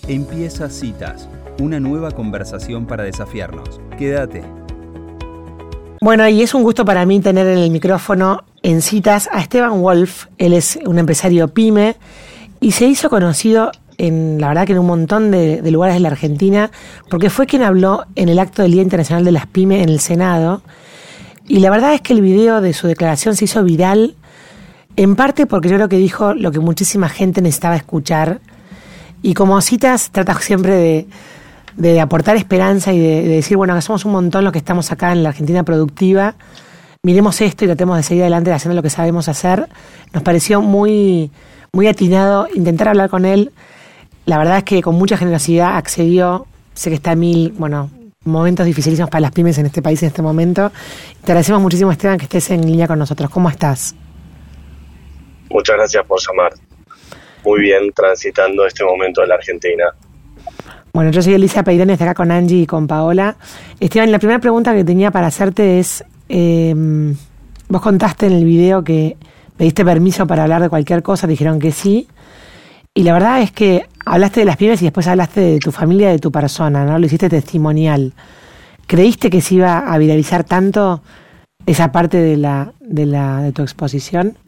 Empieza Citas, una nueva conversación para desafiarnos. Quédate. Bueno, y es un gusto para mí tener en el micrófono en Citas a Esteban Wolf. Él es un empresario pyme y se hizo conocido la verdad que en un montón de lugares de la Argentina, porque fue quien habló en el acto del Día Internacional de las Pymes en el Senado. Y la verdad es que el video de su declaración se hizo viral, en parte porque yo creo que dijo lo que muchísima gente necesitaba escuchar. Y como Citas trata siempre de aportar esperanza y de decir, bueno, que somos un montón los que estamos acá en la Argentina productiva, miremos esto y tratemos de seguir adelante haciendo lo que sabemos hacer. Nos pareció muy, muy atinado intentar hablar con él. La verdad es que con mucha generosidad accedió. Sé que está momentos dificilísimos para las pymes en este país en este momento. Te agradecemos muchísimo, Esteban, que estés en línea con nosotros. ¿Cómo estás? Muchas gracias por llamar. Muy bien, transitando este momento de la Argentina. Bueno, yo soy Elisa Peirón, estoy acá con Angie y con Paola. Esteban, la primera pregunta que tenía para hacerte es, vos contaste en el video que pediste permiso para hablar de cualquier cosa, te dijeron que sí, y la verdad es que hablaste de las pymes y después hablaste de tu familia, de tu persona, ¿no? Lo hiciste testimonial. ¿Creíste que se iba a viralizar tanto esa parte de tu exposición?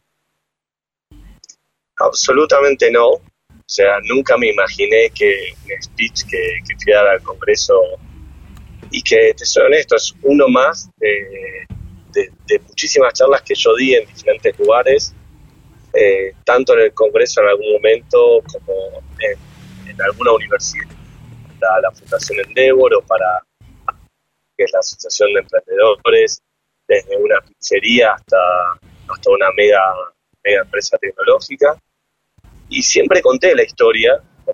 Absolutamente no. O sea, nunca me imaginé que un speech que fui a dar al Congreso, y que, te soy honesto, es uno más de muchísimas charlas que yo di en diferentes lugares, tanto en el Congreso en algún momento como en alguna universidad, la Fundación Endeavor, o que es la Asociación de Emprendedores, desde una pizzería hasta una mega empresa tecnológica. Y siempre conté la historia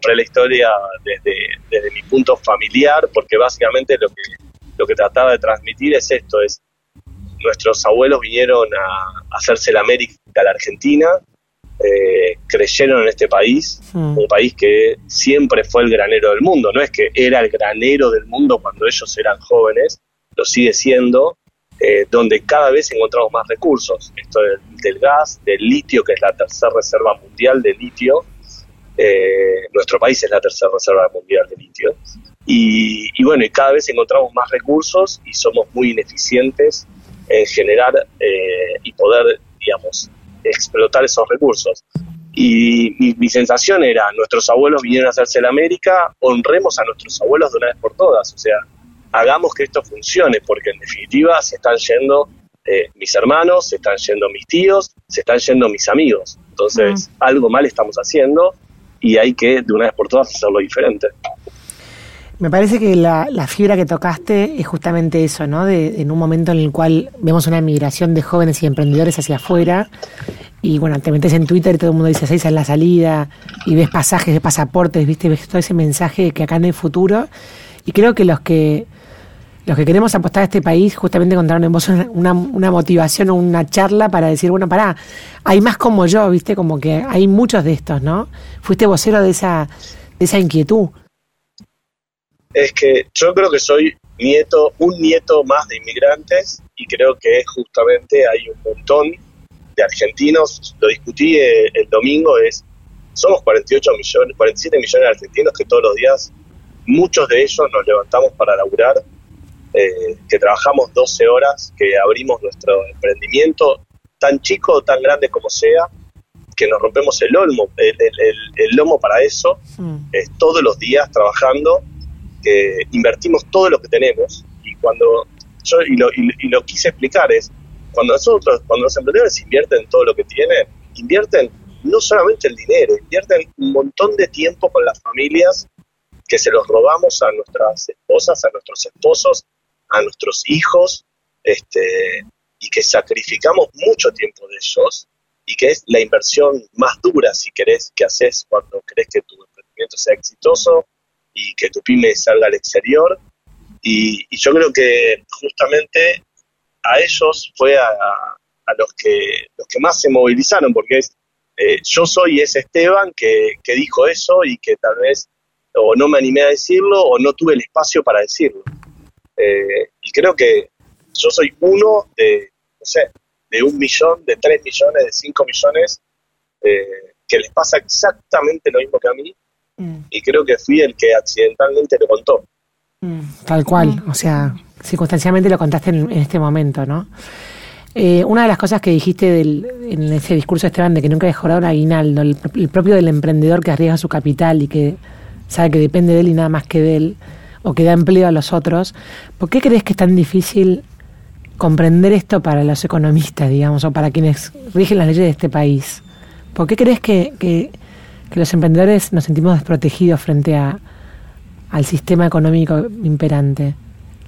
desde mi punto familiar, porque básicamente lo que trataba de transmitir es esto: es nuestros abuelos vinieron a hacerse la América a la Argentina, creyeron en este país, un país que siempre fue el granero del mundo. No es que era el granero del mundo cuando ellos eran jóvenes, lo sigue siendo, donde cada vez encontramos más recursos. Esto del gas, del litio, que es la tercera reserva mundial de litio. Nuestro país es la tercera reserva mundial de litio. Y cada vez encontramos más recursos y somos muy ineficientes en generar y poder, explotar esos recursos. Y mi sensación era: nuestros abuelos vinieron a hacerse la América, honremos a nuestros abuelos de una vez por todas. O sea, hagamos que esto funcione, porque en definitiva se están yendo mis hermanos, se están yendo mis tíos, se están yendo mis amigos. Entonces, algo mal estamos haciendo y hay que, de una vez por todas, hacerlo diferente. Me parece que la fibra que tocaste es justamente eso, ¿no? En un momento en el cual vemos una migración de jóvenes y emprendedores hacia afuera, y bueno, te metes en Twitter y todo el mundo dice 6 es la salida, y ves pasajes de pasaportes, ves todo ese mensaje que acá no hay futuro. Y creo que los que queremos apostar a este país justamente encontraron en vos una motivación o una charla para decir, bueno, pará, hay más como yo, ¿viste? Como que hay muchos de estos, ¿no? Fuiste vocero de esa inquietud. Es que yo creo que soy un nieto más de inmigrantes, y creo que justamente hay un montón de argentinos. Lo discutí el domingo, somos 47 millones de argentinos que todos los días, muchos de ellos nos levantamos para laburar, que trabajamos 12 horas, que abrimos nuestro emprendimiento, tan chico o tan grande como sea, que nos rompemos el lomo para eso, todos los días trabajando, que invertimos todo lo que tenemos. Y cuando lo quise explicar es, cuando los emprendedores invierten todo lo que tienen, invierten no solamente el dinero, invierten un montón de tiempo con las familias, que se los robamos a nuestras esposas, a nuestros esposos, a nuestros hijos, y que sacrificamos mucho tiempo de ellos, y que es la inversión más dura, si querés, que haces cuando querés que tu emprendimiento sea exitoso y que tu pyme salga al exterior. Y yo creo que justamente a ellos fue a los que más se movilizaron, porque yo soy ese Esteban que dijo eso, y que tal vez o no me animé a decirlo o no tuve el espacio para decirlo. Y creo que yo soy uno de 1 millón, de 3 millones, de 5 millones, que les pasa exactamente lo mismo que a mí, y creo que fui el que accidentalmente lo contó. Tal cual, o sea, circunstancialmente lo contaste en este momento, ¿no? Una de las cosas que dijiste en ese discurso, Esteban, de que nunca dejó un aguinaldo, el propio del emprendedor que arriesga su capital y que sabe que depende de él y nada más que de él, o que da empleo a los otros. ¿Por qué crees que es tan difícil comprender esto para los economistas, digamos, o para quienes rigen las leyes de este país? ¿Por qué crees que los emprendedores nos sentimos desprotegidos frente al sistema económico imperante?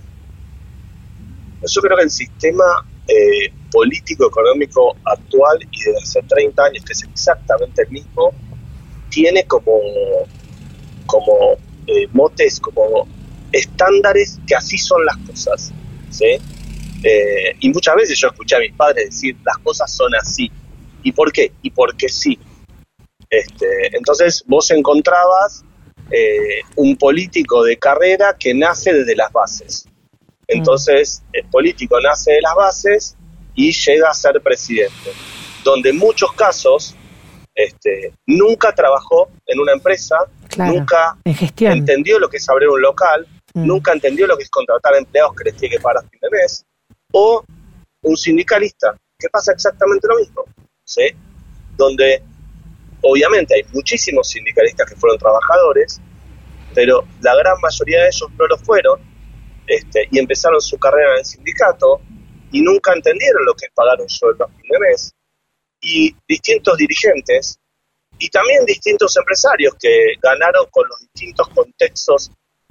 Yo creo que el sistema político-económico actual y desde hace 30 años, que es exactamente el mismo, tiene como motes, como estándares que así son las cosas, ¿sí? Y muchas veces yo escuché a mis padres decir, las cosas son así. ¿Y por qué? Y porque sí. Entonces vos encontrabas un político de carrera que nace desde las bases. Entonces el político nace de las bases y llega a ser presidente, donde en muchos casos nunca trabajó en una empresa, claro, nunca entendió lo que es abrir un local, nunca entendió lo que es contratar empleados que les tiene que pagar a fin de mes, o un sindicalista, que pasa exactamente lo mismo, ¿sí? Donde obviamente hay muchísimos sindicalistas que fueron trabajadores, pero la gran mayoría de ellos no lo fueron, y empezaron su carrera en el sindicato y nunca entendieron lo que es pagar un sueldo a fin de mes. Y distintos dirigentes y también distintos empresarios que ganaron con los distintos contextos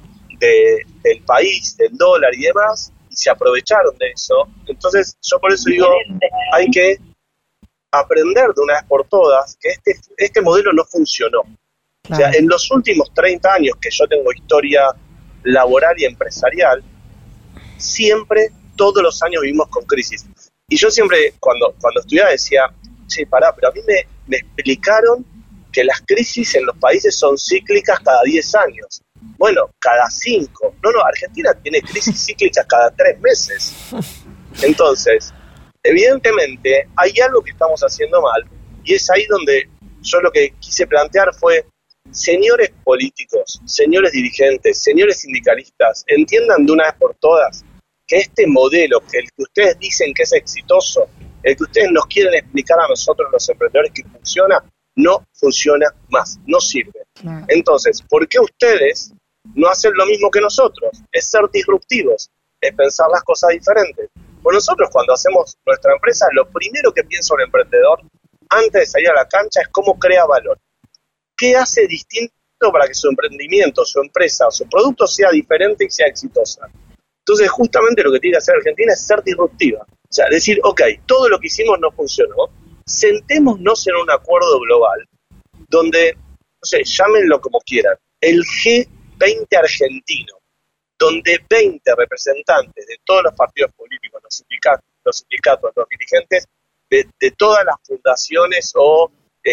del país, del dólar y demás, y se aprovecharon de eso. Entonces yo por eso digo, hay que aprender de una vez por todas que este modelo no funcionó. Claro. O sea, en los últimos 30 años que yo tengo historia laboral y empresarial, siempre, todos los años vivimos con crisis. Y yo siempre, cuando estudiaba, decía, che, pará, pero a mí me explicaron que las crisis en los países son cíclicas cada 10 años. Bueno, cada 5. No, Argentina tiene crisis cíclicas cada 3 meses. Entonces, evidentemente, hay algo que estamos haciendo mal, y es ahí donde yo lo que quise plantear fue, señores políticos, señores dirigentes, señores sindicalistas, entiendan de una vez por todas que este modelo, que el que ustedes dicen que es exitoso, el que ustedes nos quieren explicar a nosotros los emprendedores que funciona, no funciona más, no sirve. Entonces, ¿por qué ustedes no hacen lo mismo que nosotros? Es ser disruptivos, es pensar las cosas diferentes. Pues nosotros cuando hacemos nuestra empresa, lo primero que piensa un emprendedor antes de salir a la cancha es cómo crea valor. ¿Qué hace distinto para que su emprendimiento, su empresa o su producto sea diferente y sea exitosa? Entonces, justamente lo que tiene que hacer Argentina es ser disruptiva. O sea, decir, ok, todo lo que hicimos no funcionó, sentémonos en un acuerdo global, donde, no sé, llámenlo como quieran, el G20 argentino, donde 20 representantes de todos los partidos políticos, los sindicatos, los dirigentes, de todas las fundaciones o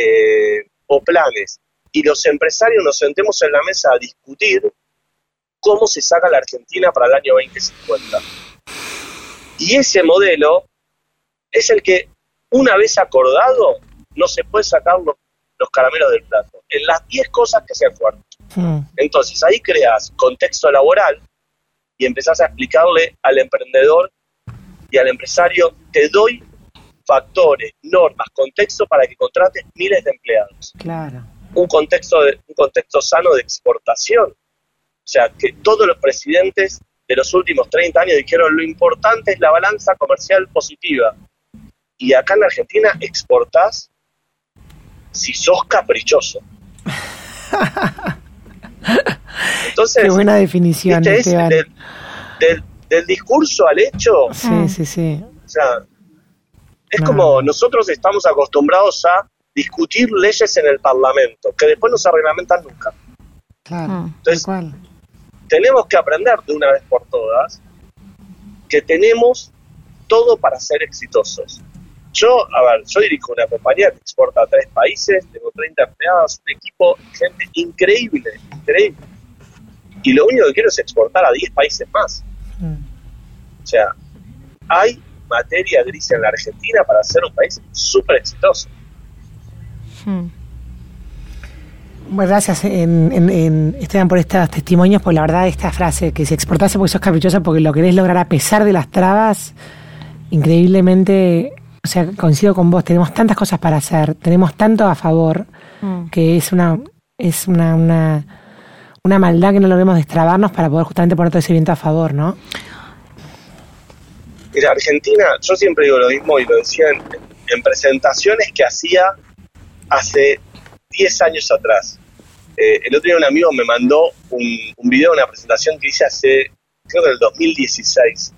planes, y los empresarios nos sentemos en la mesa a discutir cómo se saca la Argentina para el año 2050. Y ese modelo es el que, una vez acordado, no se puede sacar los caramelos del plato. En las 10 cosas que se acuerdan. Entonces, ahí creas contexto laboral y empezás a explicarle al emprendedor y al empresario, te doy factores, normas, contexto para que contrates miles de empleados. Claro. Un contexto sano de exportación. O sea, que todos los presidentes de los últimos 30 años dijeron lo importante es la balanza comercial positiva. Y acá en Argentina exportás si sos caprichoso. Entonces, qué buena definición, Esteban. Del discurso al hecho. Sí. O sea, es como nosotros estamos acostumbrados a discutir leyes en el Parlamento, que después no se reglamentan nunca. Claro. Entonces, tenemos que aprender de una vez por todas que tenemos todo para ser exitosos. Yo dirijo una compañía que exporta a 3 países, tengo 30 empleados, un equipo, gente increíble. Y lo único que quiero es exportar a 10 países más. O sea, hay materia gris en la Argentina para ser un país súper exitoso. Bueno, gracias Esteban por estos testimonios, por la verdad esta frase, que si exportase porque sos caprichosa, porque lo querés lograr a pesar de las trabas, increíblemente, o sea, coincido con vos, tenemos tantas cosas para hacer, tenemos tanto a favor, que es una maldad que no logremos destrabarnos para poder justamente poner todo ese viento a favor, ¿no? Mira, Argentina, yo siempre digo lo mismo y lo decía en presentaciones que hacía hace 10 años atrás. El otro día un amigo me mandó un video de una presentación que hice hace, creo que en el 2016.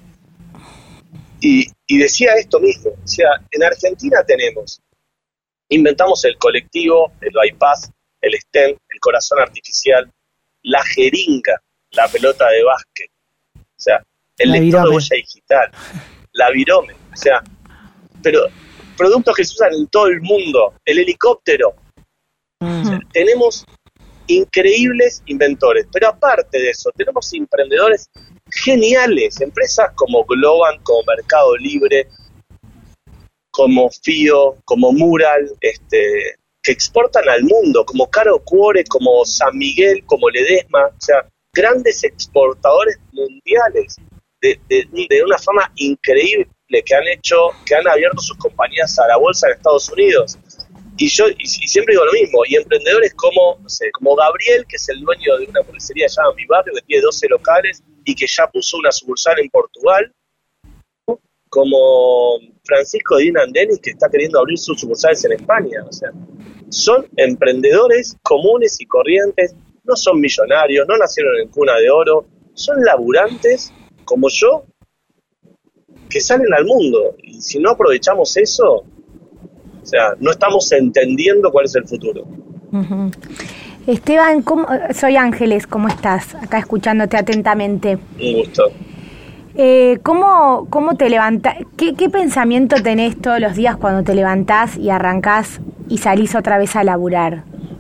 Y decía esto mismo, decía, en Argentina inventamos el colectivo, el bypass, el stent, el corazón artificial, la jeringa, la pelota de básquet, o sea, el lector de huella digital, la virome, o sea, pero productos que se usan en todo el mundo, el helicóptero. O sea, tenemos increíbles inventores, pero aparte de eso, tenemos emprendedores geniales, empresas como Globan, como Mercado Libre, como FIO, como Mural, que exportan al mundo, como Caro Cuore, como San Miguel, como Ledesma, o sea, grandes exportadores mundiales de una fama increíble que han abierto sus compañías a la bolsa en Estados Unidos. Y siempre digo lo mismo, y emprendedores como, no sé, como Gabriel, que es el dueño de una hamburguesería llamada Mi Barrio, que tiene 12 locales y que ya puso una sucursal en Portugal, como Francisco Di Nandenis, que está queriendo abrir sus sucursales en España. O sea, son emprendedores comunes y corrientes, no son millonarios, no nacieron en cuna de oro, son laburantes como yo, que salen al mundo. Y si no aprovechamos eso, o sea, no estamos entendiendo cuál es el futuro. Uh-huh. Esteban, soy Ángeles, ¿cómo estás? Acá escuchándote atentamente. Un gusto. ¿Cómo te levantás? ¿Qué pensamiento tenés todos los días cuando te levantás y arrancás y salís otra vez a laburar?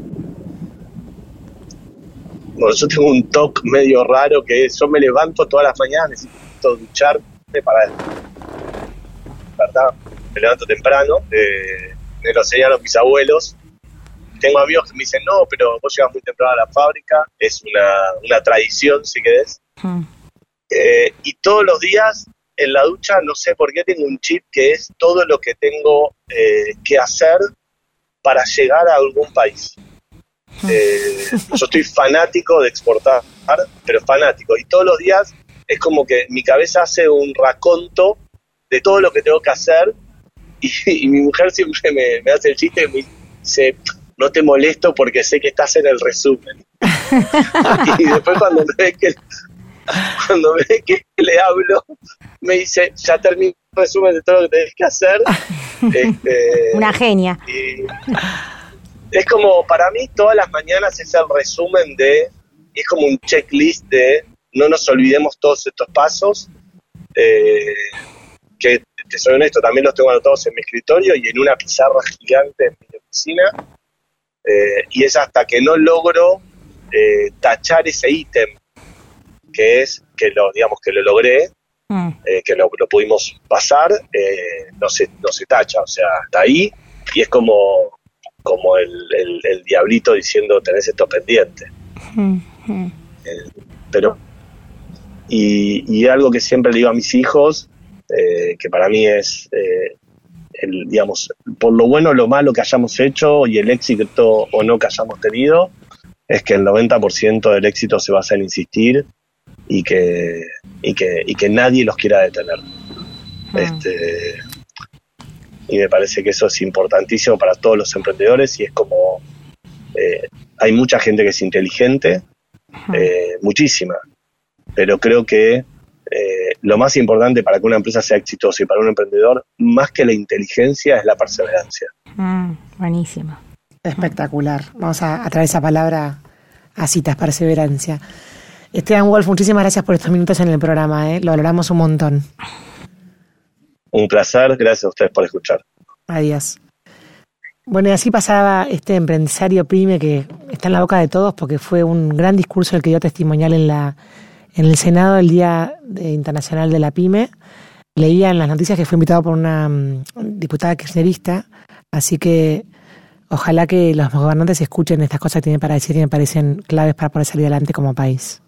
Bueno, yo tengo un toque medio raro que es, yo me levanto todas las mañanas, necesito ducharme para ¿verdad? Me levanto temprano, me lo enseñaron mis abuelos. Tengo amigos que me dicen, no, pero vos llegas muy temprano a la fábrica, es una tradición, si querés. Y todos los días en la ducha, no sé por qué, tengo un chip que es todo lo que tengo que hacer para llegar a algún país. Yo estoy fanático de exportar, pero fanático, y todos los días es como que mi cabeza hace un raconto de todo lo que tengo que hacer, y mi mujer siempre me hace el chiste y me dice, no te molesto porque sé que estás en el resumen. Y después cuando me ve que le hablo, me dice, ya terminé el resumen de todo lo que tenés que hacer. Una genia. Es como, para mí, todas las mañanas es el resumen es como un checklist de no nos olvidemos todos estos pasos, que te soy honesto, también los tengo anotados en mi escritorio y en una pizarra gigante en mi oficina, y es hasta que no logro tachar ese ítem, que es que lo logré, que lo pudimos pasar, no se tacha, o sea, está ahí, y es como el diablito diciendo tenés esto pendiente. Pero y algo que siempre le digo a mis hijos, que para mí es digamos, por lo bueno o lo malo que hayamos hecho y el éxito o no que hayamos tenido, es que el 90% del éxito se basa en insistir y que nadie los quiera detener. Y me parece que eso es importantísimo para todos los emprendedores, y es como hay mucha gente que es inteligente, muchísima, pero creo que lo más importante para que una empresa sea exitosa y para un emprendedor, más que la inteligencia, es la perseverancia. Buenísimo. Espectacular. Vamos a traer esa palabra a citas, perseverancia. Esteban Wolf, muchísimas gracias por estos minutos en el programa, lo valoramos un montón. Un placer, gracias a ustedes por escuchar. Adiós. Bueno, y así pasaba este empresario PYME que está en la boca de todos, porque fue un gran discurso el que dio testimonial en el Senado el Día Internacional de la PYME. Leía en las noticias que fue invitado por una diputada kirchnerista, así que Ojalá que los gobernantes escuchen estas cosas que tienen para decir, que me parecen claves para poder salir adelante como país.